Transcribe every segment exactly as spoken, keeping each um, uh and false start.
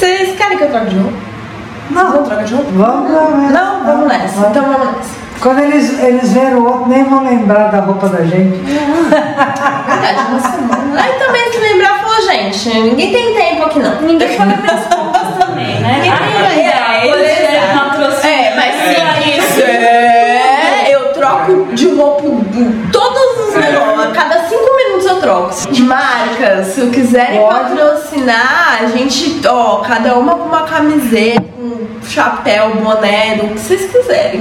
Vocês querem que eu troque de roupa? Não. Vamos trocar de roupa? Vamos, vamos. Não, vamos nessa. Vamos. Então vamos nessa. Quando eles, eles verem o outro, nem vão lembrar da roupa da gente. Verdade, uma semana. Aí também se lembrar, falou, gente, ninguém tem tempo aqui não. Ninguém paga minhas contas também, né? Ninguém tem é, tempo. É, mas sim, isso é. Eu troco de roupa todos os negócios. A cada cinco minutos eu troco. Marcas, se quiserem patrocinar, a gente, ó, cada uma com uma camiseta, um chapéu, boné, do que vocês quiserem.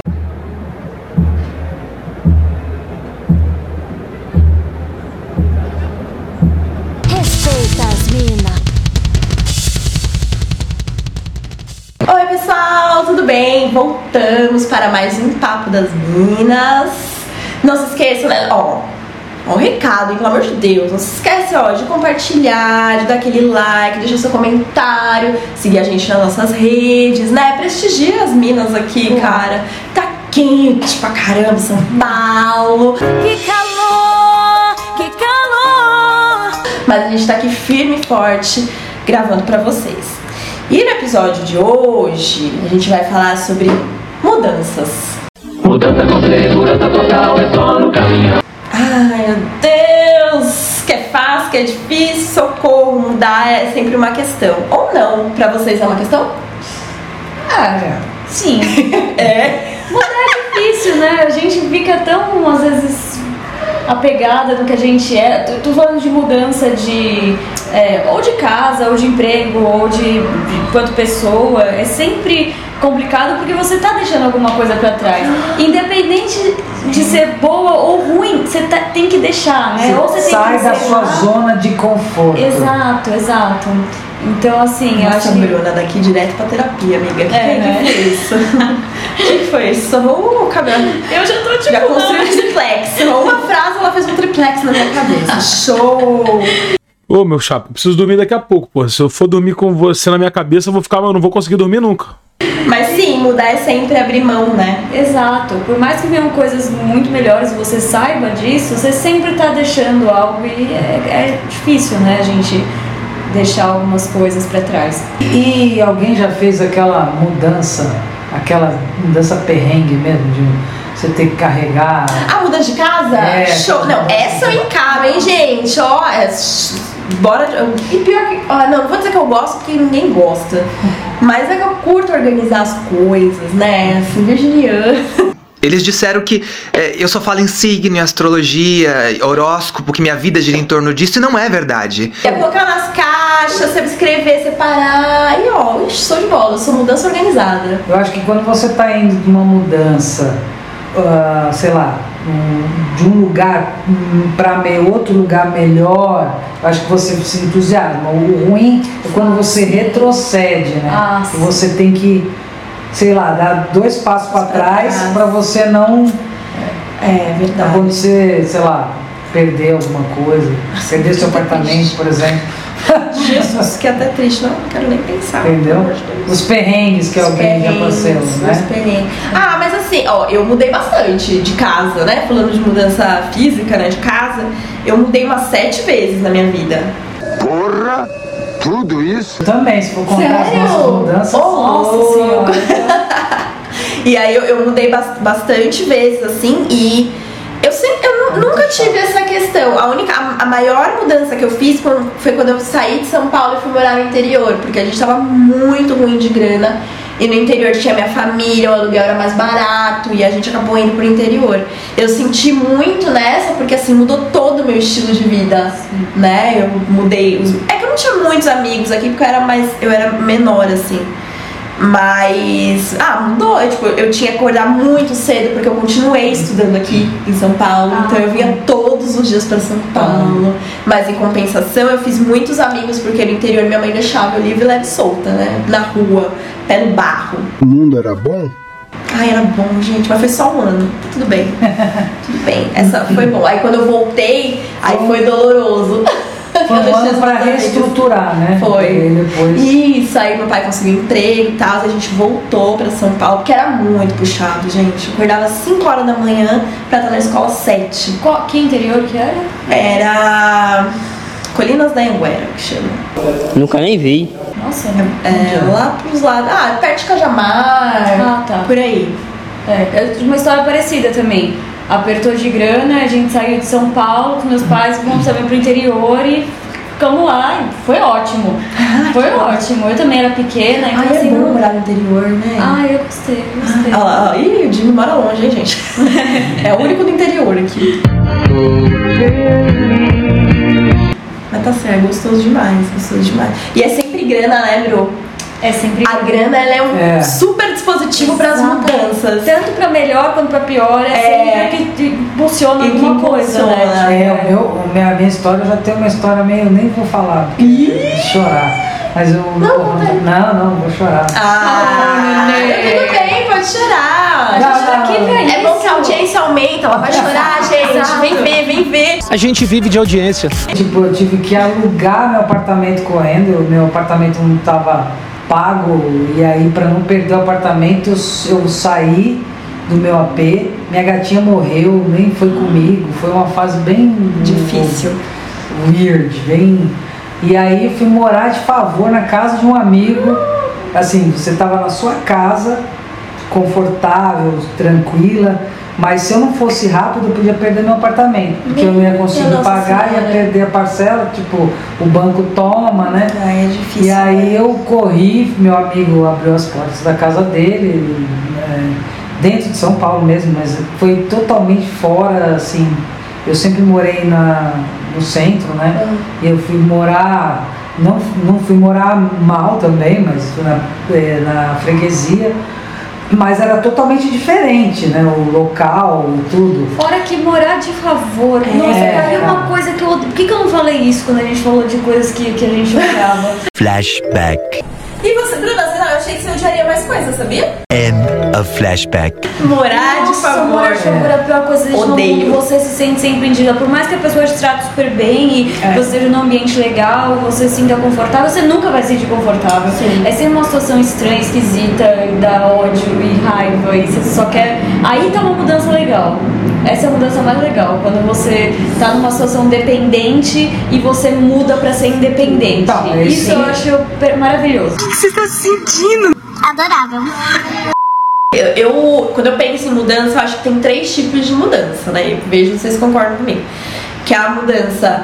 Respeita as mina. Oi pessoal, tudo bem? Voltamos para mais um Papo das Minas. Não se esqueça, né? Ó, ó, um recado, hein? Pelo amor de Deus. Não se esquece, ó, de compartilhar, de dar aquele like, deixar seu comentário, seguir a gente nas nossas redes, né? Prestigia as minas aqui, cara. Tá quente pra caramba, São Paulo. Que calor, que calor. Mas a gente tá aqui firme e forte, gravando pra vocês. E no episódio de hoje, a gente vai falar sobre mudanças. Mudança completa, mudança total, é só no caminho. Ai, meu Deus! Que é fácil, que é difícil, socorro, mudar é sempre uma questão. Ou não, pra vocês é uma questão? Ah, sim. É. Mudar é difícil, né? A gente fica tão, às vezes, apegada no que a gente é. Tô, tô falando de mudança de... É, ou de casa, ou de emprego, ou de, de quanto pessoa. É sempre complicado porque você tá deixando alguma coisa pra trás. Independente de ser boa ou ruim, você tá, tem que deixar, né? Você ou você sai tem que da encerrar. sua zona de conforto. Exato, exato. Então, assim, eu Nossa, acho que... Bruna, daqui direto pra terapia, amiga. Que É, que né? foi isso? O que foi isso? Só vou cabelo. Eu já tô tipo... Já construí um triplex. Uma frase, ela fez um triplex na minha cabeça. Show! Ô, meu chapa, eu preciso dormir daqui a pouco, pô. Se eu for dormir com você na minha cabeça, eu vou ficar, eu não vou conseguir dormir nunca. Mas sim, mudar é sempre abrir mão, né? Exato. Por mais que venham coisas muito melhores e você saiba disso, você sempre tá deixando algo e é, é difícil, né, a gente deixar algumas coisas pra trás. E alguém já fez aquela mudança, aquela mudança perrengue mesmo, de você ter que carregar... Ah, muda de casa? É, Show! Não, essa eu encaro, hein, gente? Ó, é... bora... E pior que... Ó, não, não vou dizer que eu gosto, porque ninguém gosta. Mas é que eu curto organizar as coisas, né? Assim, virginiana. Eles disseram que é, eu só falo em signo, astrologia, horóscopo, que minha vida gira em torno disso, e não é verdade. É colocar nas caixas, você escrever, separar. E ó, ixi, sou de bola, eu sou mudança organizada. Eu acho que quando você está indo de uma mudança, uh, sei lá, um, de um lugar um, para outro lugar melhor, eu acho que você se entusiasma. O ruim é quando você retrocede, né? Ah, e você tem que, sei lá, dar dois passos para trás para você não É verdade. acontecer, sei lá, perder alguma coisa, perder seu apartamento, por exemplo. Jesus, que até triste, não quero nem pensar. Entendeu? Pelo amor de Deus. Os perrengues que Os alguém já perrengues, passou, os né? perrengues. Ah, mas assim, ó, eu mudei bastante de casa, né? Falando de mudança física, né? De casa, eu mudei umas sete vezes na minha vida. Porra! Tudo isso? Também, se for contar as Sério? nossas mudanças. Oh, Nossa Senhora. E aí eu, eu mudei bas- bastante vezes, assim, e eu sempre, eu nu- nunca tive essa questão. A única, a, a maior mudança que eu fiz quando- foi quando eu saí de São Paulo e fui morar no interior, porque a gente tava muito ruim de grana. E no interior tinha minha família, o aluguel era mais barato e a gente acabou indo pro interior. Eu senti muito nessa, porque assim, mudou todo o meu estilo de vida, né? Eu mudei os... É que eu não tinha muitos amigos aqui, porque eu era mais... Eu era menor, assim. Mas... Ah, mudou. Eu, tipo, eu tinha que acordar muito cedo, porque eu continuei estudando aqui em São Paulo. Ah, então eu vinha todos os dias pra São Paulo. Mas em compensação, eu fiz muitos amigos, porque no interior minha mãe deixava eu livre, leve e solta, né? Na rua, pé no barro. O mundo era bom? Ai, era bom, gente, mas foi só um ano. Tudo bem. Tudo bem. Essa foi bom. Aí quando eu voltei, aí foi doloroso. Foi Eu um deixei ano os pra meus amigos. reestruturar, né? Foi. E depois... Isso, aí meu pai conseguiu emprego e tal, a gente voltou pra São Paulo, porque era muito puxado, gente. Eu acordava às cinco horas da manhã pra estar na escola às sete. Qual, que interior que era? Era... Colinas da Anguera, que chama. Nunca nem vi. Nossa, É, lá pros lados. Ah, perto de Cajamar. Ah, tá. Por aí. É, eu tive uma história parecida também. Apertou de grana, a gente saiu de São Paulo com meus pais, fomos também pro interior e ficamos lá. Foi ótimo. Foi ótimo. Eu também era pequena. Então, Ai, é assim, bom não... morar no interior, né? Ah, eu gostei, eu gostei. Olha lá, ih, o Jimmy mora longe, hein, gente? É o único do interior aqui. Mas tá certo, gostoso demais, gostoso demais. E é sempre grana, né, Bru? É sempre A grana, ela é um É. super dispositivo para as Exato. mudanças. Tanto pra melhor quanto pra pior, é, É. sempre que te impulsiona E que alguma coisa, impulsiona. né? É, o meu, o minha, minha história, eu já tenho uma história meio, eu nem vou falar, porque de chorar. Mas eu. Não, conta aí. não, não, vou chorar. Ah, nenê. tudo bem, pode chorar. A gente tá aqui pra isso. É bom que a audiência aumenta, ela vai chorar, gente. Exato. Vem ver, vem ver. A gente vive de audiência. Tipo, eu tive que alugar meu apartamento correndo, o meu apartamento não estava pago, e aí para não perder o apartamento eu, eu saí do meu A P, minha gatinha morreu, nem foi comigo, foi uma fase bem Difícil. weird, bem... E aí eu fui morar de favor na casa de um amigo, assim, você estava na sua casa, confortável, tranquila, mas se eu não fosse rápido eu podia perder meu apartamento, porque eu não ia conseguir Nossa pagar, ia Senhora. perder a parcela, tipo, o banco toma, né? Ai, é difícil. E aí eu corri, meu amigo abriu as portas da casa dele, é, dentro de São Paulo mesmo, mas foi totalmente fora, assim, eu sempre morei na, no centro, né? Uhum. E eu fui morar, não, não fui morar mal também, mas fui na, é, na freguesia, mas era totalmente diferente, né? O local e tudo. Fora que morar de favor. Nossa, É, cara, é uma cara. coisa que eu. Por que, que eu não falei isso quando a gente falou de coisas que, que a gente odiava? Flashback. E você, Bruna, você não, eu achei que você odiaria mais coisas, sabia? End of flashback. Morar de Nossa, favor. morar de favor é a pior coisa. A gente não- Odeio. você se sente sempre indigna. Por mais que a pessoa te trate super bem e É. você esteja num ambiente legal, você se sinta confortável, você nunca vai se sentir confortável. Sim. É sempre uma situação estranha, esquisita, dá ódio e raiva e você só quer... Aí tá uma mudança legal. Essa é a mudança mais legal, quando você tá numa situação dependente e você muda pra ser independente. Tá, mas Isso sim. eu acho per- maravilhoso. Adorável. Eu, eu- quando eu penso em mudança, eu acho que tem três tipos de mudança, né? Eu vejo se vocês concordam comigo. Que é a mudança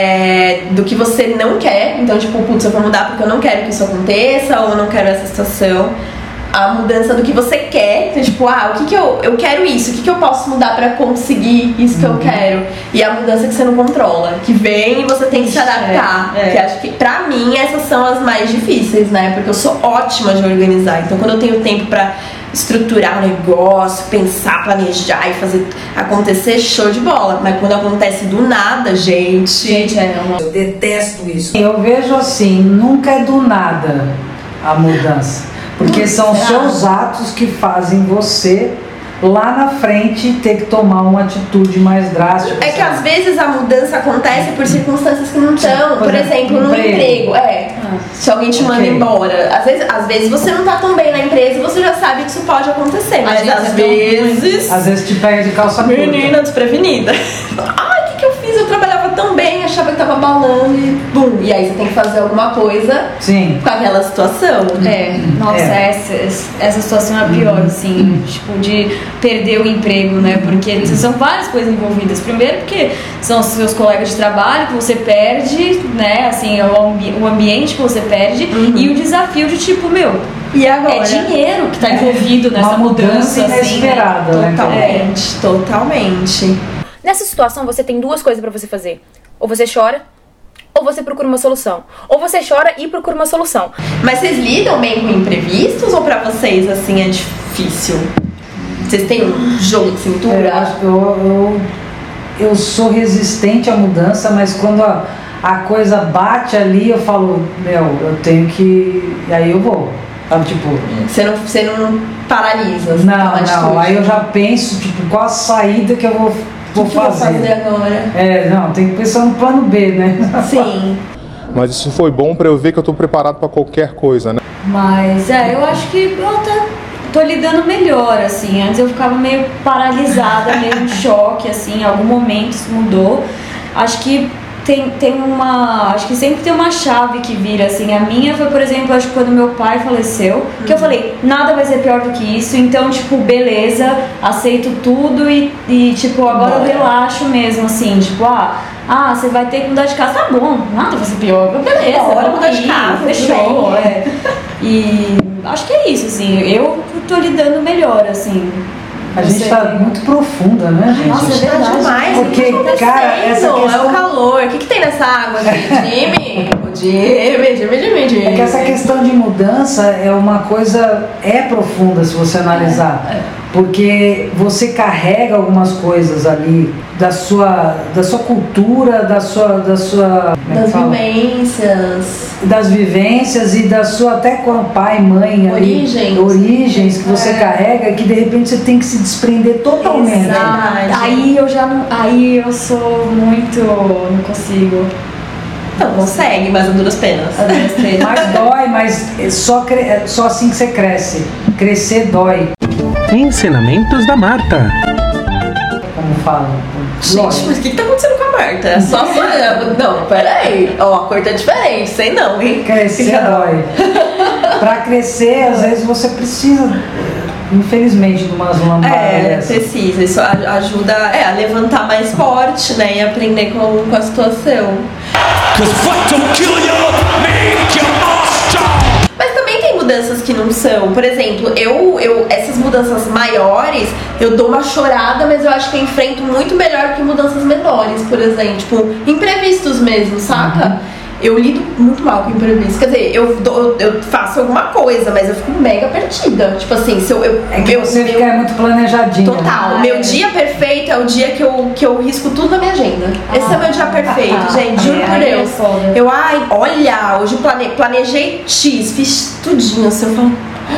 é, do que você não quer. Então, tipo, putz, eu vou mudar porque eu não quero que isso aconteça, ou eu não quero essa situação. A mudança do que você quer, então, tipo, ah, o que que eu, eu quero isso, o que que eu posso mudar pra conseguir isso que eu quero? E a mudança que você não controla, que vem e você tem que se adaptar. é, é. Que acho que, pra mim, essas são as mais difíceis, né? Porque eu sou ótima de organizar. Então, quando eu tenho tempo pra estruturar o negócio, pensar, planejar e fazer acontecer, show de bola. Mas quando acontece do nada, gente... Gente, é uma... Eu detesto isso. Eu vejo assim, nunca é do nada a mudança. Porque são os será? seus atos que fazem você, lá na frente, ter que tomar uma atitude mais drástica. É que sabe? às vezes a mudança acontece por circunstâncias que não estão. Por Por exemplo, exemplo, no emprego. emprego. É. Se alguém te manda Ok. embora. Às vezes, às vezes você não tá tão bem na empresa e você já sabe que isso pode acontecer. Mas gente, às é tão vezes. Às vezes te pega de calça curta. Menina desprevenida. Ai, o que, que eu fiz? Eu trabalhava tão bem, achava que tava balando e bum. E aí você tem que fazer alguma coisa Sim. com aquela situação. É, nossa, É. Essa, essa situação é a pior, assim, tipo, de perder o emprego, né? Porque são várias coisas envolvidas. Primeiro porque são os seus colegas de trabalho que você perde, né? Assim, o, ambi o ambiente que você perde e o desafio de tipo, meu, E agora? é dinheiro que tá envolvido Uma nessa mudança mudança, assim, né? inesperada, né? Totalmente, totalmente. Nessa situação, você tem duas coisas pra você fazer. Ou você chora, ou você procura uma solução. Ou você chora e procura uma solução. Mas vocês lidam bem com imprevistos ou pra vocês, assim, é difícil? Vocês têm um jogo de cintura? É, eu, acho que eu, eu, eu sou resistente à mudança, mas quando a, a coisa bate ali, eu falo, meu, eu tenho que... E aí eu vou. Sabe, tipo... Você não, você não paralisa? Você Não, toma não. atitude. Aí eu já penso, tipo, qual a saída que eu vou, vou O que eu vou fazer. fazer agora? É, não, tem que pensar no plano B, né? Sim. Mas isso foi bom pra eu ver que eu tô preparado pra qualquer coisa, né? Mas, é, eu acho que eu até tô lidando melhor, assim. Antes eu ficava meio paralisada, meio em choque, assim. Em algum momento isso mudou. Acho que tem, tem uma... Acho que sempre tem uma chave que vira, assim. A minha foi, por exemplo, acho que quando meu pai faleceu, que eu falei, nada vai ser pior do que isso, então, tipo, beleza, aceito tudo e, e tipo, agora eu relaxo mesmo, assim, tipo, ah... Ah, você vai ter que mudar de casa, tá bom, nada vai ser pior, beleza, Bora vamos mudar de aí, casa, fechou, é. E acho que é isso, assim, eu tô lidando melhor, assim. A gente tá muito profunda, né, gente? Nossa, é verdade. Demais, Porque, o que tá cara, essa acontecendo? questão... É o calor, o que, que tem nessa água aqui? Jimmy? O Jimmy, Jimmy, Jimmy, Jimmy. É que essa questão de mudança é uma coisa, é profunda se você analisar, porque você carrega algumas coisas ali da sua, da sua cultura, da sua, da sua como é que Das fala? vivências. Das vivências e da sua até com pai, mãe, ali, Origens. origens que você É. carrega, que de repente você tem que se desprender totalmente. Exato. Aí eu já não. Aí eu sou muito. Não consigo. Então, consegue, mas a duras penas. Mas dói, mas é só, cre- é só assim que você cresce. Crescer dói. Ensinamentos da Marta. Como fala. Gente, mas o que, que tá acontecendo com a Marta? É só sonhando. Não, peraí. Ó, a cor tá diferente, sei não, hein? Crescer dói. Pra crescer, às vezes você precisa, infelizmente, de umas lambadas. É, dessas. precisa. Isso a- ajuda é, a levantar mais forte, né? E aprender com, com a situação. Mas também tem mudanças que não são. Por exemplo, eu, eu essas mudanças maiores, eu dou uma chorada, mas eu acho que eu enfrento muito melhor que mudanças menores, por exemplo. Tipo, imprevistos mesmo, saca? Eu lido muito mal com imprevistos. Quer dizer, eu, dou- eu faço alguma coisa, mas eu fico mega perdida. Tipo assim, se eu. eu É que eu- você meu- fica muito planejadinho. Total. Ah, meu é. dia perfeito é o dia que eu, que eu risco tudo na minha agenda. Esse é meu dia perfeito, Ah, gente. Juro é, por aí é Deus. foda. Eu, ai, olha, hoje plane, planejei X, fiz tudinho. Assim, eu falo,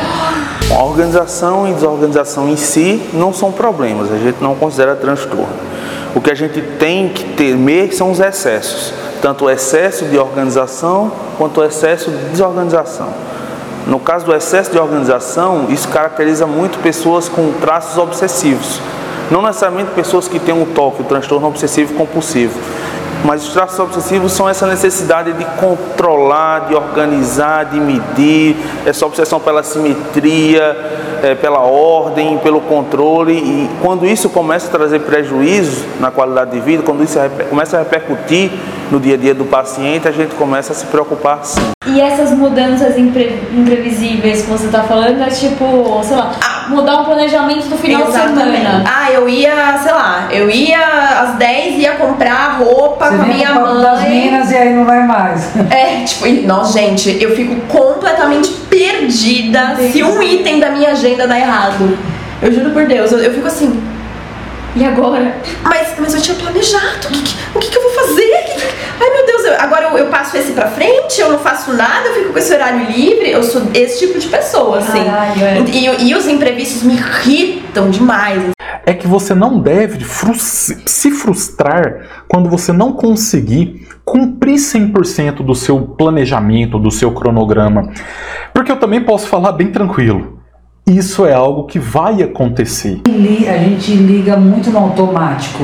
A organização e desorganização em si não são problemas, a gente não considera transtorno. O que a gente tem que temer são os excessos, tanto o excesso de organização quanto o excesso de desorganização. No caso do excesso de organização, isso caracteriza muito pessoas com traços obsessivos. Não necessariamente pessoas que têm um toque, o transtorno obsessivo compulsivo. Mas os traços obsessivos são essa necessidade de controlar, de organizar, de medir, essa obsessão pela simetria, é, pela ordem, pelo controle. E quando isso começa a trazer prejuízo na qualidade de vida, quando isso reper- começa a repercutir no dia a dia do paciente, a gente começa a se preocupar sim. E essas mudanças impre- imprevisíveis que você tá falando é tipo, sei lá, mudar um planejamento do final exatamente. de semana. Ah, eu ia, sei lá, eu ia às dez, ia comprar roupa Você com a vem minha pro Papo das mãe. Minas e aí não vai mais. É, tipo, e- nossa, gente, eu fico completamente perdida se um item da minha agenda dá errado. Eu juro por Deus, eu, eu fico assim. E agora? Mas, mas eu tinha planejado, o que, que- o que, que eu vou fazer? Que que- Ai meu Deus, eu- agora eu, eu passo esse pra frente, eu não faço nada, eu fico com esse horário livre. Eu sou esse tipo de pessoa, assim. Caralho, é. E, e- e os imprevistos me irritam demais. É que você não deve frus- se frustrar quando você não conseguir cumprir cem por cento do seu planejamento, do seu cronograma. Porque eu também posso falar bem tranquilo. Isso é algo que vai acontecer. Li- A gente liga muito no automático.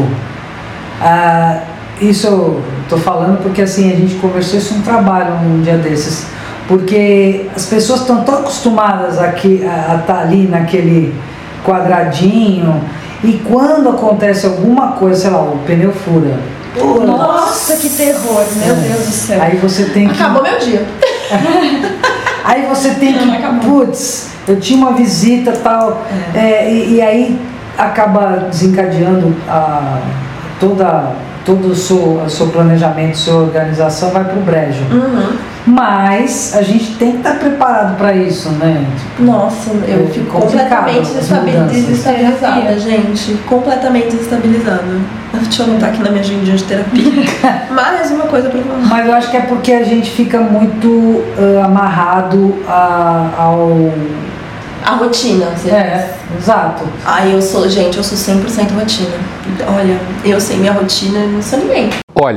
Ah, isso eu tô falando porque assim, a gente conversou isso no trabalho um dia desses. Porque as pessoas estão tão acostumadas aqui, a estar ali naquele quadradinho, e quando acontece alguma coisa, sei lá, o pneu fura. Nossa, que terror, meu Deus do céu. Aí você tem que. Acabou meu dia. Aí você tem que, putz, eu tinha uma visita e tal, é, e, e aí acaba desencadeando a, toda, todo o seu, o seu planejamento, sua organização vai pro brejo. Uhum. Mas a gente tem que estar preparado para isso, né? Nossa, eu É fico complicado completamente as destabi- mudanças. desestabilizada, gente. Completamente desestabilizada. Deixa eu anotar aqui na minha agendinha de terapia. Mais uma coisa pra falar. Mas eu acho que é porque a gente fica muito ah, amarrado a- ao... A rotina, você É, exato. Ai, eu sou, gente, eu sou cem por cento rotina. Olha, eu sei minha rotina, eu não sou ninguém. Olha,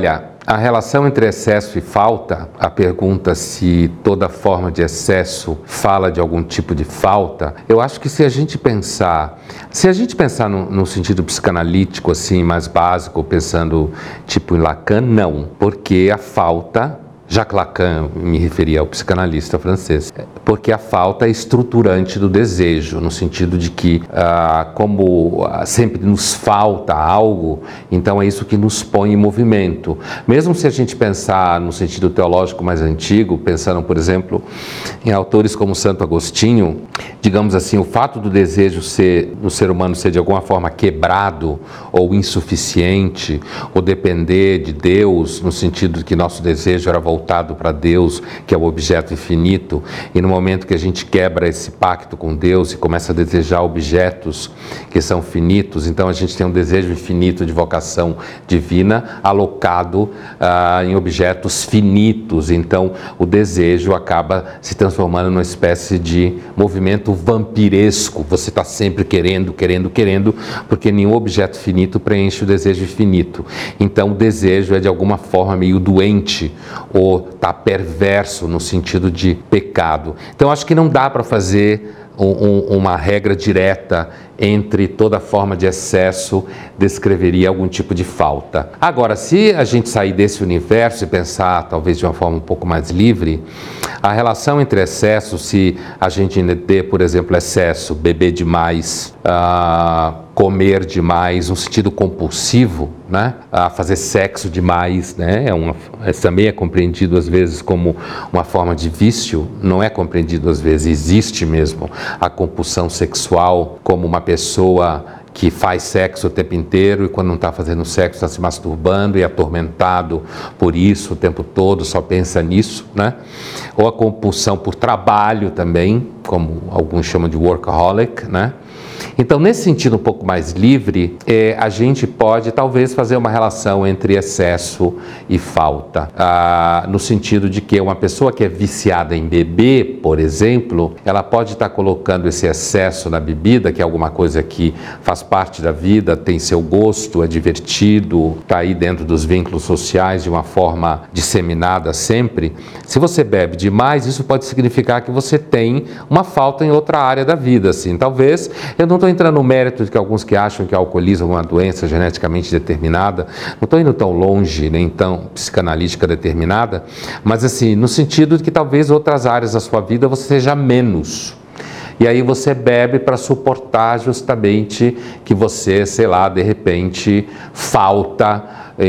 A relação entre excesso e falta, a pergunta se toda forma de excesso fala de algum tipo de falta, eu acho que se a gente pensar, se a gente pensar no, no sentido psicanalítico, assim, mais básico, pensando tipo em Lacan, não, porque a falta... Jacques Lacan, me referia ao psicanalista francês, porque a falta é estruturante do desejo, no sentido de que, ah, como sempre nos falta algo, então é isso que nos põe em movimento. Mesmo se a gente pensar no sentido teológico mais antigo, pensando, por exemplo, em autores como Santo Agostinho, digamos assim, o fato do desejo ser, no ser humano ser de alguma forma quebrado ou insuficiente, ou depender de Deus, no sentido de que nosso desejo era voltado voltado para Deus, que é o objeto infinito, e no momento que a gente quebra esse pacto com Deus e começa a desejar objetos que são finitos, então a gente tem um desejo infinito de vocação divina alocado ah, em objetos finitos, então o desejo acaba se transformando numa espécie de movimento vampiresco, você está sempre querendo, querendo, querendo, porque nenhum objeto finito preenche o desejo infinito, então o desejo é de alguma forma meio doente, ou está perverso no sentido de pecado. Então acho que não dá para fazer um, um, uma regra direta entre toda forma de excesso descreveria algum tipo de falta. Agora, se a gente sair desse universo e pensar talvez de uma forma um pouco mais livre, a relação entre excesso, se a gente entender, por exemplo, excesso, beber demais, ah, comer demais, um sentido compulsivo, né? Ah, fazer sexo demais, né? É uma, também é compreendido às vezes como uma forma de vício, não é compreendido às vezes, existe mesmo a compulsão sexual como uma pessoa que faz sexo o tempo inteiro e quando não está fazendo sexo está se masturbando e atormentado por isso o tempo todo, só pensa nisso, né? Ou a compulsão por trabalho também, como alguns chamam de workaholic, né? Então, nesse sentido um pouco mais livre, é, a gente pode talvez fazer uma relação entre excesso e falta, ah, no sentido de que uma pessoa que é viciada em beber, por exemplo, ela pode estar colocando esse excesso na bebida, que é alguma coisa que faz parte da vida, tem seu gosto, é divertido, está aí dentro dos vínculos sociais de uma forma disseminada sempre. Se você bebe demais, isso pode significar que você tem uma falta em outra área da vida, assim. Talvez, eu não estou entrando no mérito de que alguns que acham que o alcoolismo é uma doença geneticamente determinada, não estou indo tão longe, nem tão psicanalítica determinada, mas assim, no sentido de que talvez outras áreas da sua vida você seja menos. E aí você bebe para suportar justamente que você, sei lá, de repente falta,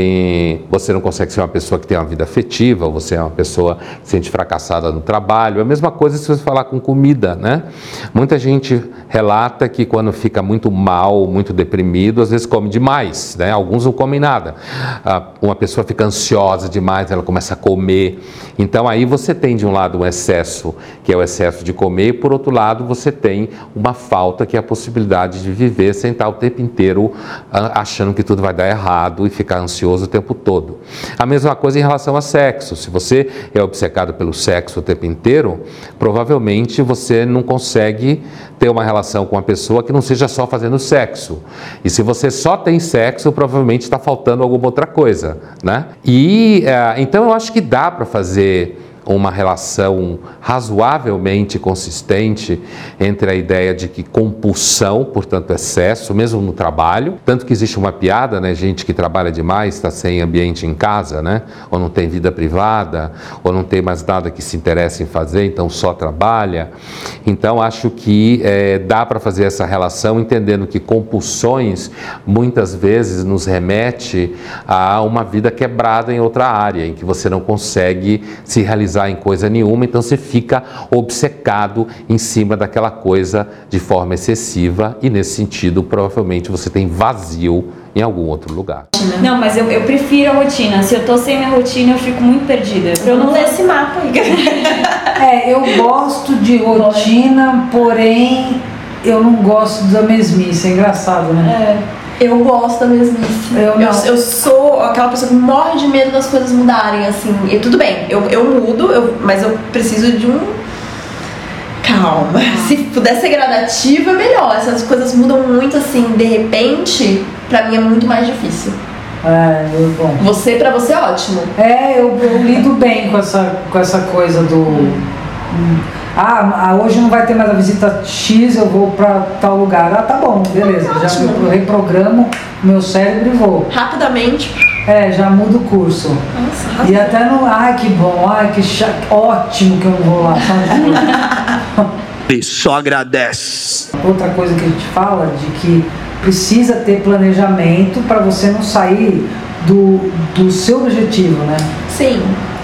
em, você não consegue ser uma pessoa que tem uma vida afetiva, ou você é uma pessoa que se sente fracassada no trabalho. É a mesma coisa se você falar com comida, né? Muita gente relata que quando fica muito mal, muito deprimido, às vezes come demais, né? Alguns não comem nada. Uma pessoa fica ansiosa demais, ela começa a comer. Então aí você tem de um lado um excesso, que é o excesso de comer, e por outro lado você tem uma falta, que é a possibilidade de viver sem estar o tempo inteiro achando que tudo vai dar errado e ficar ansioso o tempo todo. A mesma coisa em relação a sexo. Se você é obcecado pelo sexo o tempo inteiro, provavelmente você não consegue ter uma relação com uma pessoa que não seja só fazendo sexo. E se você só tem sexo, provavelmente está faltando alguma outra coisa, né? E é, então eu acho que dá para fazer uma relação razoavelmente consistente entre a ideia de que compulsão, portanto excesso, mesmo no trabalho, tanto que existe uma piada, né, gente que trabalha demais, está sem ambiente em casa, né, ou não tem vida privada, ou não tem mais nada que se interesse em fazer, então só trabalha. Então acho que é, dá para fazer essa relação, entendendo que compulsões muitas vezes nos remete a uma vida quebrada em outra área, em que você não consegue se realizar em coisa nenhuma, então você fica obcecado em cima daquela coisa de forma excessiva e nesse sentido provavelmente você tem vazio em algum outro lugar. Não, mas eu, eu prefiro a rotina. Se eu tô sem minha rotina, eu fico muito perdida. Eu não ler esse mapa aí. É, eu gosto de rotina, porém eu não gosto da mesmice. É engraçado, né? É. Eu gosto da mesmice. Eu, eu, eu sou aquela pessoa que morre de medo das coisas mudarem, assim. E tudo bem, eu, eu mudo, eu, mas eu preciso de um... Calma. Se puder ser gradativo, é melhor. Essas coisas mudam muito, assim, de repente, pra mim é muito mais difícil. É, eu, bom. Você, pra você, é ótimo. É, eu, eu lido bem com essa, com essa coisa do... Hum. Ah, hoje não vai ter mais a visita X, eu vou pra tal lugar. Ah, tá bom, beleza. Ah, já eu reprogramo meu cérebro e vou. Rapidamente. É, já muda o curso. Nossa, e até no... Ai, que bom, ai, que chato, ótimo que eu não vou lá. E só agradece. Outra coisa que a gente fala de que precisa ter planejamento para você não sair do, do seu objetivo, né? Sim.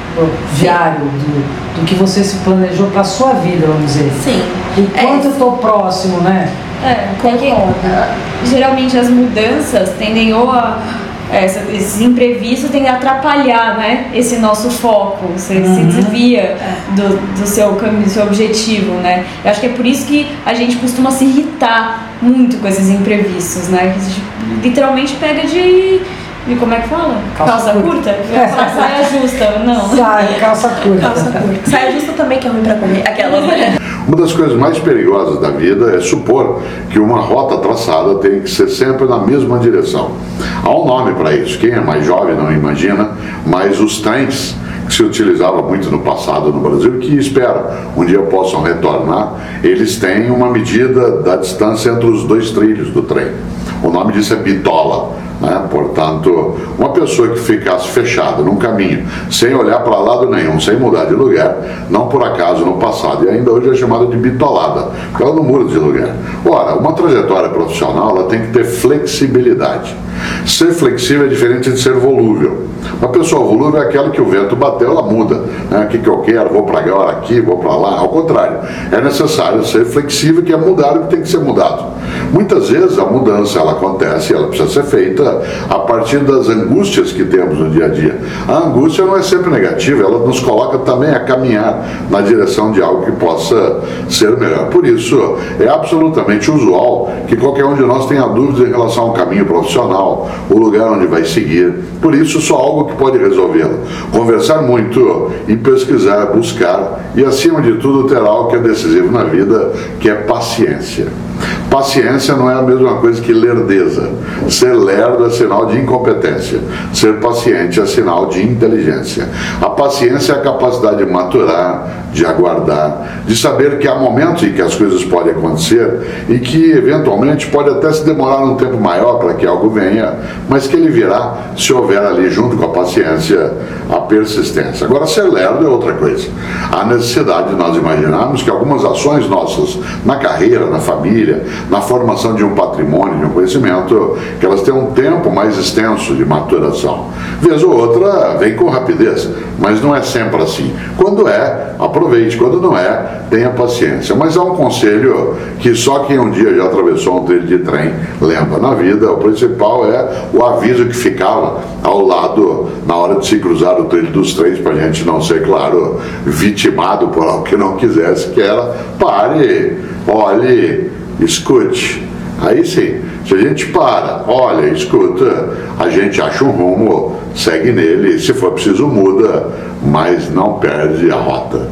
Diário, do, do que você se planejou para sua vida, vamos dizer. Sim. O quanto é. eu tô próximo, né? É, porque geralmente as mudanças tendem ou a essa, esses imprevistos tendem a atrapalhar, né, esse nosso foco, você uhum. se desvia do, do seu caminho, do seu objetivo, né? Eu acho que é por isso que a gente costuma se irritar muito com esses imprevistos, né? Que a gente literalmente pega de... E como é que fala? Calça, calça curta? curta? Eu ia falar saia justa, não. Saia, calça curta. Calça curta. Saia justa também, que é ruim pra comer. Aquela, né? Uma das coisas mais perigosas da vida é supor que uma rota traçada tem que ser sempre na mesma direção. Há um nome para isso. Quem é mais jovem não imagina, mas os trens que se utilizava muito no passado no Brasil e que espera um dia possam retornar, eles têm uma medida da distância entre os dois trilhos do trem. O nome disso é bitola. Né? Portanto, uma pessoa que ficasse fechada num caminho, sem olhar para lado nenhum, sem mudar de lugar, não por acaso no passado, e ainda hoje é chamada de bitolada, porque ela não muda de lugar. Ora, uma trajetória profissional ela tem que ter flexibilidade. Ser flexível é diferente de ser volúvel. Uma pessoa volúvel é aquela que o vento bateu, ela muda. Né? O que, que eu quero? Vou para agora, aqui, vou para lá. Ao contrário, é necessário ser flexível, que é mudar o que tem que ser mudado. Muitas vezes a mudança ela acontece, ela precisa ser feita a partir das angústias que temos no dia a dia. A angústia não é sempre negativa, ela nos coloca também a caminhar na direção de algo que possa ser melhor. Por isso, é absolutamente usual que qualquer um de nós tenha dúvidas em relação ao caminho profissional, o lugar onde vai seguir. Por isso, só algo que pode resolvê-lo. Conversar muito e pesquisar, buscar e, acima de tudo, ter algo que é decisivo na vida, que é paciência. Paciência não é a mesma coisa que lerdeza. Ser lerdo é sinal de incompetência. Ser paciente é sinal de inteligência. A paciência é a capacidade de maturar, de aguardar, de saber que há momentos em que as coisas podem acontecer e que eventualmente pode até se demorar um tempo maior para que algo venha, mas que ele virá se houver ali junto com a paciência a persistência. Agora, ser lerdo é outra coisa. Há necessidade de nós imaginarmos que algumas ações nossas na carreira, na família, na formação de um patrimônio, de um conhecimento, que elas têm um tempo mais extenso de maturação. Vez ou outra vem com rapidez, mas não é sempre assim. Quando é, aproveite. Quando não é, tenha paciência. Mas há um conselho que só quem um dia já atravessou um trilho de trem lembra na vida. O principal é o aviso que ficava ao lado na hora de se cruzar o trilho dos trens, para a gente não ser, claro, vitimado por algo que não quisesse, que era pare, olhe, escute. Aí sim, se a gente para, olha, escuta, a gente acha um rumo, segue nele, se for preciso muda, mas não perde a rota.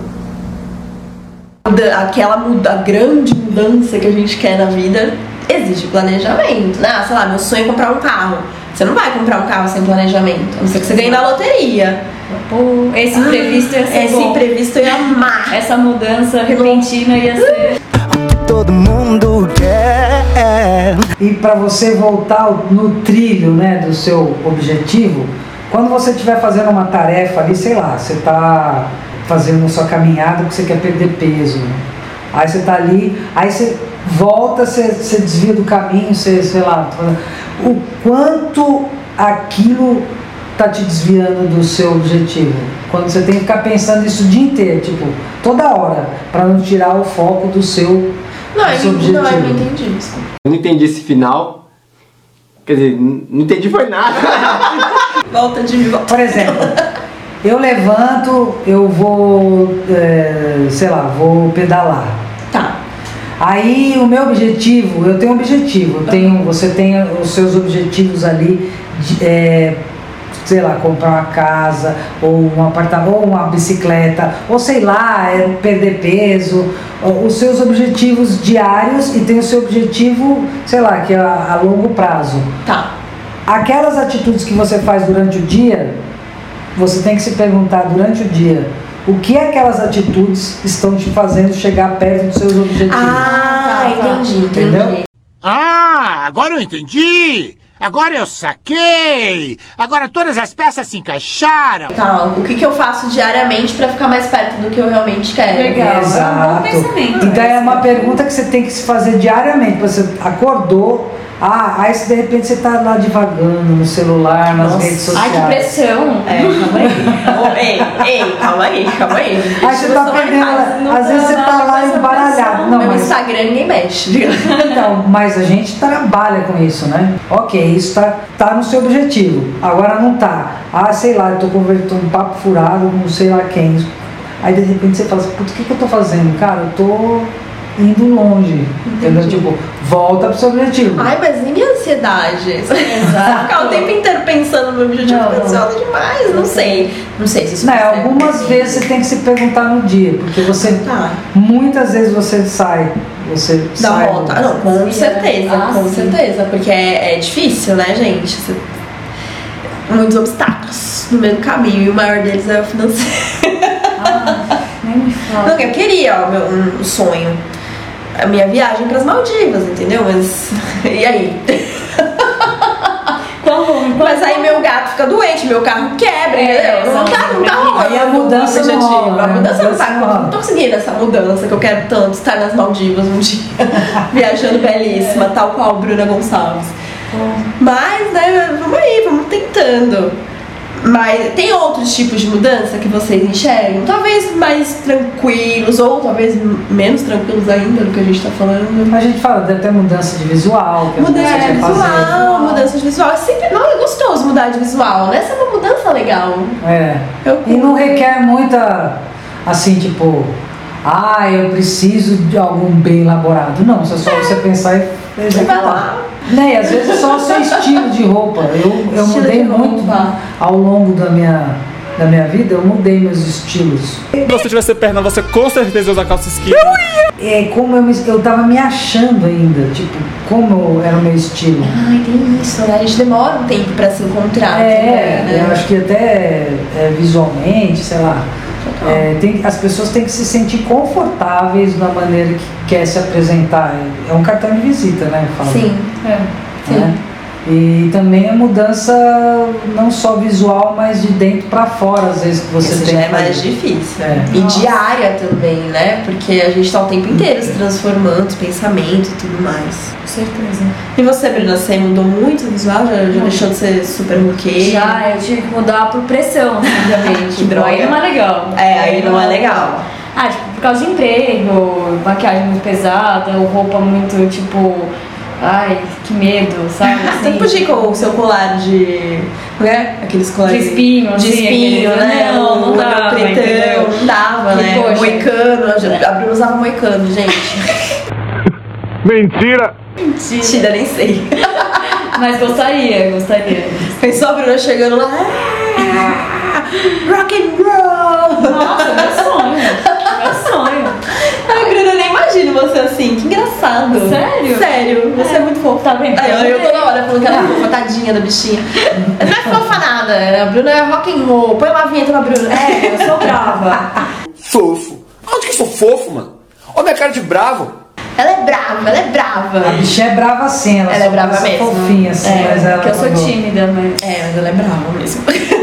Aquela muda, a grande mudança que a gente quer na vida exige planejamento, né? Sei lá, meu sonho é comprar um carro. Você não vai comprar um carro sem planejamento, a não ser que você ganhe na loteria. Pô, esse imprevisto ia ser Esse bom. imprevisto ia amar. Essa mudança repentina ia ser... Todo mundo quer. E para você voltar no trilho, né, do seu objetivo, quando você estiver fazendo uma tarefa ali, sei lá, você está fazendo a sua caminhada porque você quer perder peso, né? Aí você está ali, aí você volta, você, você desvia do caminho, você, sei lá, o quanto aquilo tá te desviando do seu objetivo. Quando você tem que ficar pensando isso o dia inteiro, tipo, toda hora, para não tirar o foco do seu, não, do seu eu, objetivo. Não, eu não entendi isso. Eu não entendi esse final. Quer dizer, não entendi foi nada. Volta de mim, volta. Por exemplo, eu levanto, eu vou, é, sei lá, vou pedalar. Tá. Aí o meu objetivo, eu tenho um objetivo, eu tenho, você tem os seus objetivos ali, de, é, sei lá, comprar uma casa, ou um apartamento, ou uma bicicleta, ou sei lá, é perder peso, os seus objetivos diários, e tem o seu objetivo, sei lá, que é a, a longo prazo. Tá. aquelas atitudes que você faz durante o dia, você tem que se perguntar durante o dia, o que aquelas atitudes estão te fazendo chegar perto dos seus objetivos. Ah, entendi, entendeu? entendi. Ah, agora eu entendi! Agora eu saquei! Agora todas as peças se encaixaram! Tá, o que, que eu faço diariamente pra ficar mais perto do que eu realmente quero? Legal, Exato. é um bom pensamento. Então é uma pergunta que você tem que se fazer diariamente. Você acordou, ah, aí se de repente você tá lá divagando no celular, nas Nossa. redes sociais. Ai, que pressão! É, calma aí. ei, ei, calma aí, calma aí. Aí você tá perdendo, às vezes você tá lá embaralhado. Não, Meu mas, Instagram ninguém mexe. então, mas a gente trabalha com isso, né? Ok, isso tá, tá no seu objetivo. Agora não tá. Ah, sei lá, eu tô convertendo um papo furado com não sei lá quem. Aí de repente você fala assim, putz, o que, que eu tô fazendo? Cara, eu tô indo longe. Entendeu? Tipo, volta pro seu objetivo. Ai, mas nem minha ansiedade. Exato. Ficar o tempo inteiro pensando no meu objetivo, Não, fico ansiosa demais. Não sei. Não sei se isso Não, vai ser. algumas vezes você tem que se perguntar no dia, porque você Tá. muitas vezes você sai, você Da sai rota. do- Não, com certeza, Ah, com sim. certeza. Porque é, é difícil, né, gente? Você- Muitos obstáculos no meio do caminho. E o maior deles é o financeiro. Nem me fala. Não, eu queria, ó, meu, um sonho. A minha viagem pras Maldivas, entendeu? Mas. E aí? Como? Mas aí meu gato fica doente, meu carro quebra, É, entendeu? Não tá, não tá rolando. Aí a mudança não objetivo. rola, A né? mudança não tá. A mudança não rola. Não tô conseguindo essa mudança que eu quero tanto, estar nas Maldivas um dia, viajando belíssima, tal qual Bruna Gonçalves. Mas, né, vamos aí, vamos tentando. Mas tem outros tipos de mudança que vocês enxergam? Talvez mais tranquilos, ou talvez menos tranquilos ainda do que a gente tá falando. A gente fala de até mudança de visual, que as Mudança pessoas de querem visual, fazer. mudança de visual. É sempre não, é gostoso mudar de visual, né? Essa é uma mudança legal. É. Eu E não requer muita, assim, tipo, ah, eu preciso de algum bem elaborado. Não, é só você pensar e Vai executar. lá. Né? E às vezes é só o seu estilo de roupa. Eu, eu Estilo mudei de muito roupa. ao longo da minha, da minha vida, eu mudei meus estilos. Se você tivesse perna, você com certeza ia usar calça skinny. É como eu, me, eu tava me achando ainda, tipo, como era o meu estilo. Ai, tem isso, né? A gente demora um tempo pra se encontrar. É, também, né? eu acho que até é, visualmente, sei lá, é, tem, as pessoas têm que se sentir confortáveis na maneira que quer se apresentar. É um cartão de visita, né? Eu falo. Sim, é. Sim. Né? E também a mudança não só visual, mas de dentro pra fora, às vezes, que você Isso tem já é que mais fazer. difícil. É. E diária também, né? Porque a gente tá o tempo inteiro se transformando, pensamento e tudo mais. Com certeza. E você, Bruna, você mudou muito o visual? Já, já deixou de ser super roqueira? Já, eu tive que mudar por pressão, obviamente. Que droga. Aí não é legal. É, aí não é legal. Ah, tipo, por causa de emprego, maquiagem muito pesada, ou roupa muito, tipo... Ai, que medo, sabe? Você não podia ir com o seu colar de... Né? Aqueles colares... De espinho, De assim, espinho, aquele- né? Não, não O dava, pretão, entendeu? não dava, E, né? poxa. Moicano, a Bruna usava moicano, gente. Mentira! Mentira, nem sei. Mas gostaria, gostaria. Pensou a Bruna chegando lá... "Ah, rock and roll! Nossa, meu sonho. Meu sonho. Ai, Bruna, eu nem imagino você assim, que engraçado. Sério? Sério, você é, muito fofa. Tá vendo? Aí, eu, eu toda hora falando que ela é fofa, tadinha da bichinha. Não é fofa nada, a Bruna é rock and roll. Põe uma vinheta pra Bruna. É, eu sou brava. Fofo. Onde que eu sou fofo, mano? Olha minha cara de bravo. Ela é brava, ela é brava. A bichinha é brava assim, ela, Ela só é brava parece mesmo. fofinha assim, É, mas ela Porque eu sou mudou. tímida, mas... É, mas ela é brava mesmo.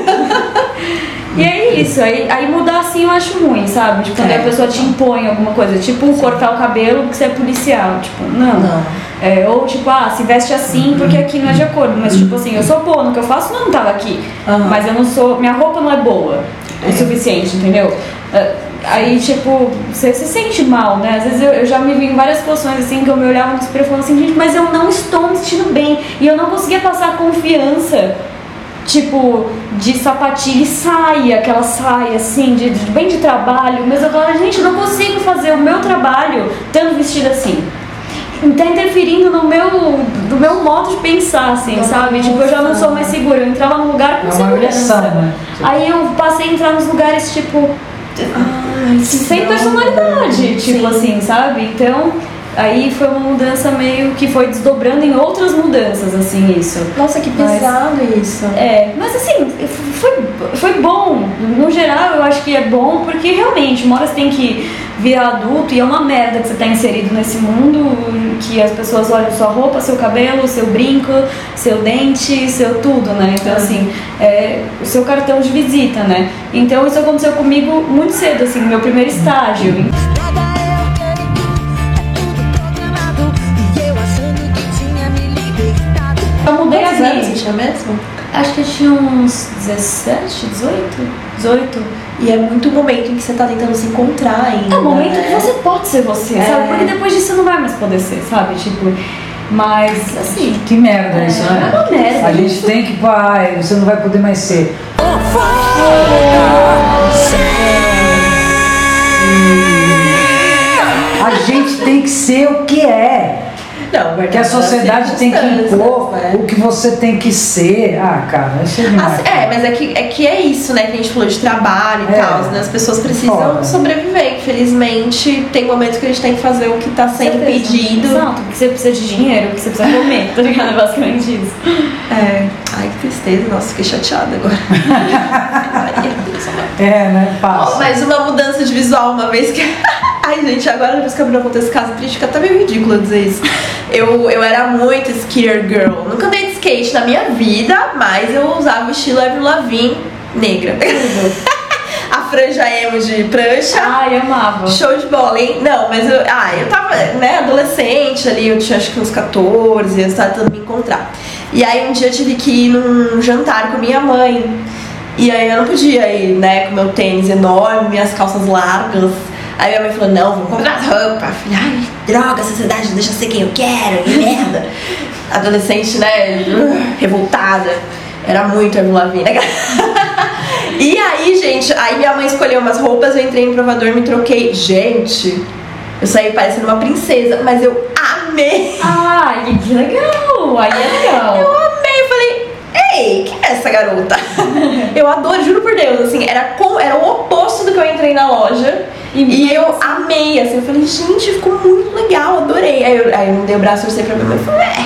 E é isso, aí, aí mudar assim eu acho ruim, sabe? Tipo, quando É. a pessoa te impõe alguma coisa, tipo cortar o cabelo porque você é policial, tipo, não. Não. É, ou tipo, ah, se veste assim porque aqui não é de acordo, mas tipo assim, eu sou boa no que eu faço, não tava aqui, Aham. mas eu não sou, minha roupa não é boa o suficiente, entendeu? É, aí tipo, você se sente mal, né? Às vezes eu, eu já me vi em várias situações assim que eu me olhava no espelho e falava assim, gente, mas eu não estou me sentindo bem e eu não conseguia passar confiança. Tipo, de sapatilha e saia, aquela saia assim, de, de- bem de trabalho, mas eu falava, gente, eu não consigo fazer o meu trabalho estando vestida assim. Tá interferindo no meu, no meu modo de pensar, assim, Nossa. sabe? Tipo, eu já não sou mais segura, eu entrava num lugar com É uma segurança. agressão, né? Aí eu passei a entrar nos lugares, tipo, Ai, sem personalidade, tipo Sim. assim, sabe? Então, Aí foi uma mudança meio que foi desdobrando em outras mudanças, assim, isso. Nossa, que pesado mas, isso. É, mas assim, foi, foi bom. No geral, eu acho que é bom porque realmente, uma hora você tem que virar adulto e é uma merda que você tá inserido nesse mundo que as pessoas olham sua roupa, seu cabelo, seu brinco, seu dente, seu tudo, né? Então, assim, é, o seu cartão de visita, né? Então, isso aconteceu comigo muito cedo, assim, no meu primeiro estágio. Eu mudei a vida. Você tinha mesmo? Acho que eu tinha uns dezessete, dezoito. dezoito. E é muito o momento em que você tá tentando se encontrar ainda. É o momento né? que você pode ser você, é. sabe? Porque depois disso você não vai mais poder ser, sabe? Tipo, mas assim. Que merda é, isso, né? É uma merda. A gente tem que. Ai, você não vai poder mais ser. A gente tem que ser o que é. Não, porque a sociedade tem que impor né? o que você tem que ser. Ah, cara, isso é demais. Assim, é, mas é que, é que é isso, né? Que a gente falou de trabalho e é, tal, né? As pessoas precisam foda. sobreviver. Infelizmente, tem momentos que a gente tem que fazer o que tá sendo pedido. Exato, porque você precisa de dinheiro, porque você precisa comer, tá ligado? Basicamente isso. É. Ai, que tristeza. Nossa, fiquei chateada agora. É, né? Passa. Oh, mas uma mudança de visual, uma vez que... Ai, gente, agora depois que eu contou esse caso triste, fica até meio ridículo dizer isso. Eu, eu era muito skater girl. Nunca andei de skate na minha vida, mas eu usava o estilo Avril Lavigne negra. A franja emo de prancha. Ai, amava. Show de bola, hein? Não, mas eu, ah, eu tava, né, adolescente ali, eu tinha acho que uns catorze, eu estava tentando me encontrar. E aí um dia eu tive que ir num jantar com minha mãe. E aí eu não podia ir, né, com meu tênis enorme, minhas calças largas. Aí minha mãe falou, não, vou comprar roupa. Eu falei, ai, droga, essa cidade não deixa eu ser quem eu quero, que merda. Adolescente, né, revoltada. Era muito Avril Lavigne. E aí, gente, aí minha mãe escolheu umas roupas, eu entrei no provador, me troquei. Gente, eu saí parecendo uma princesa, mas eu amei. Ai, que legal, aí é legal. Eu amei, eu falei... Ei, quem é essa garota? Eu adoro, juro por Deus, assim, era, com, era o oposto do que eu entrei na loja. E, e eu amei, assim, eu falei, gente, ficou muito legal, adorei. Aí eu, aí eu dei o braço, torcei pra minha mãe e falei, é,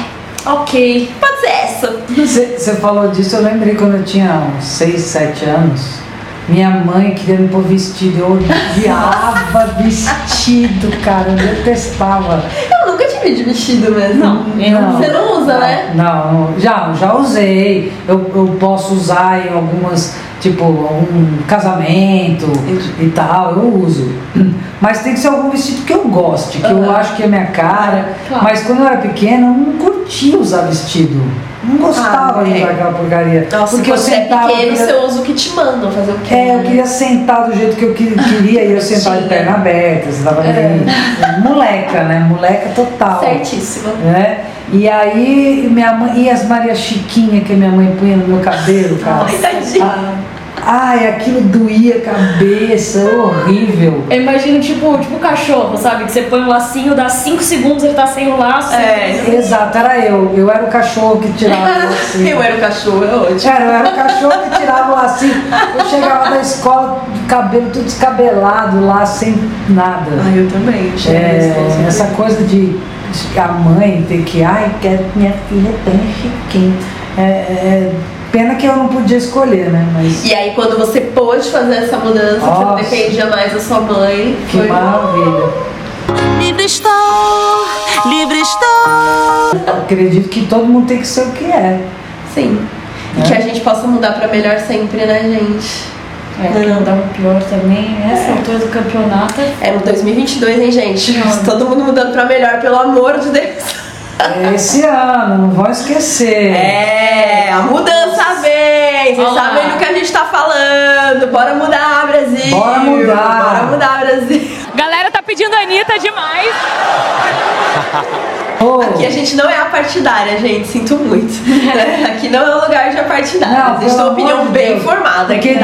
ok, pode ser essa. Você falou disso, eu lembrei quando eu tinha uns seis, sete anos. Minha mãe queria me pôr vestido, eu odiava vestido, cara, eu detestava. Eu nunca tive de vestido mesmo. Não, eu não. Você não usa, não, né? Não, já, já usei. Eu, eu posso usar em algumas, tipo, um casamento e tal, eu uso. Mas tem que ser algum vestido que eu goste, que uhum. eu acho que é minha cara. Claro. Mas quando eu era pequena, eu não curtia usar vestido. Não gostava ah, de usar é. aquela porcaria. Nossa, porque você é pequeno, queria... você usa o que te mandam fazer o quê? É, eu queria sentar do jeito que eu queria e eu sentava de perna aberta, você tava é. bem moleca, né? Moleca total. Certíssima. Né? E aí, minha mãe, e as Maria Chiquinha que minha mãe punha no meu cabelo, cara. Ai, tadinha. Ai, aquilo doía a cabeça, horrível. Eu imagino tipo, tipo cachorro, sabe? Que você põe um lacinho, dá cinco segundos, ele tá sem o laço. É, exato, era eu. Eu era o cachorro que tirava o lacinho. Eu era o cachorro, é ótimo. Era, eu era o cachorro que tirava o lacinho. Eu chegava da escola, de cabelo tudo descabelado lá, sem nada. Ah, eu também. Eu é, essa coisa de a mãe ter que, ai, quero que minha filha tenha chiquinho. É, é, pena que eu não podia escolher, né? Mas... E aí quando você pôde fazer essa mudança, nossa, que não dependia mais da sua mãe. Que foi... maravilha. Livre estou, livre estou. Eu acredito que todo mundo tem que ser o que é. Sim. É. E que a gente possa mudar pra melhor sempre, né, gente? É, que não dá um pior também, essa é. altura do campeonato. É no dois mil e vinte e dois, hein, gente? Não. Todo mundo mudando pra melhor, pelo amor de Deus. Esse ano, não vão esquecer. É, a mudança vem. Vocês Olá. sabem do que a gente tá falando. Bora mudar, Brasil. Bora mudar. Bora mudar, Brasil. Galera tá pedindo a Anitta demais. Oh. Aqui a gente não é a partidária, gente. Sinto muito. Aqui não é um lugar de partidária. A gente tem uma opinião bem Deus. formada aqui.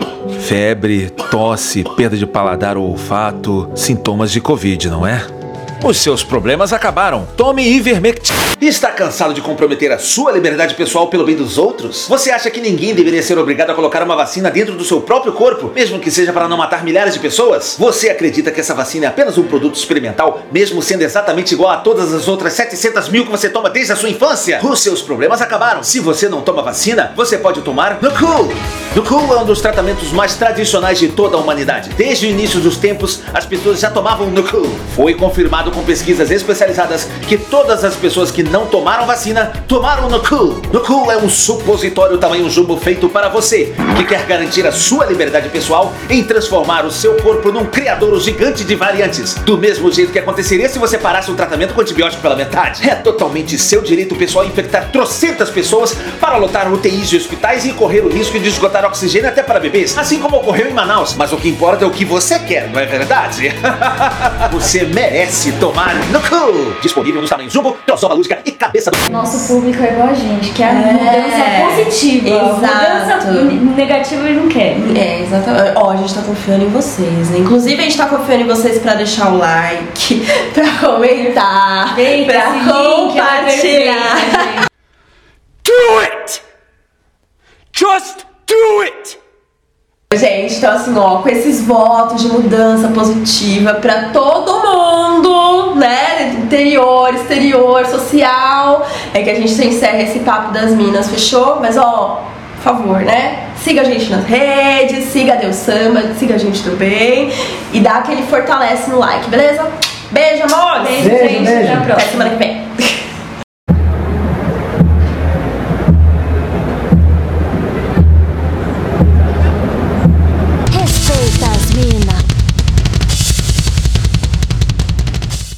Febre, tosse, perda de paladar ou olfato, sintomas de Covid, não é? os seus problemas acabaram. Tome Ivermectin. Está cansado de comprometer a sua liberdade pessoal pelo bem dos outros? Você acha que ninguém deveria ser obrigado a colocar uma vacina dentro do seu próprio corpo, mesmo que seja para não matar milhares de pessoas? Você acredita que essa vacina é apenas um produto experimental, mesmo sendo exatamente igual a todas as outras setecentas mil que você toma desde a sua infância? Os seus problemas acabaram. Se você não toma vacina, você pode tomar Nucool. Nucool é um dos tratamentos mais tradicionais de toda a humanidade. Desde o início dos tempos, as pessoas já tomavam Nucool. Foi confirmado com pesquisas especializadas que todas as pessoas que não tomaram vacina tomaram Nucool. Nucool é um supositório tamanho jumbo feito para você, que quer garantir a sua liberdade pessoal em transformar o seu corpo num criadouro gigante de variantes, do mesmo jeito que aconteceria se você parasse o tratamento com antibiótico pela metade. É totalmente seu direito pessoal infectar trocentas pessoas para lotar U T Is de hospitais e correr o risco de esgotar oxigênio até para bebês, assim como ocorreu em Manaus. Mas o que importa é o que você quer, não é verdade? Você merece tomar Nucool. Disponível nos tamanhos jumbo, trozoba lúdica e cabeça do... Nosso público é igual a gente, que é a É, mudança positiva. exato. Mudança negativa ele não quer. É, exatamente. Ó, a gente tá confiando em vocês, né? Inclusive, a gente tá confiando em vocês pra deixar o like, pra comentar, Eita, pra esse link é compartilhar. perfeito, Do it! Just do it! Gente, então assim, ó, com esses votos de mudança positiva pra todo mundo, né, interior, exterior, social, é que a gente encerra esse papo das minas, fechou? Mas ó, por favor, né, siga a gente nas redes, siga a Deus Samba, siga a gente também e dá aquele fortalece no like, beleza? Beijo, amor! Beijo, gente, até a próxima. Até semana que vem.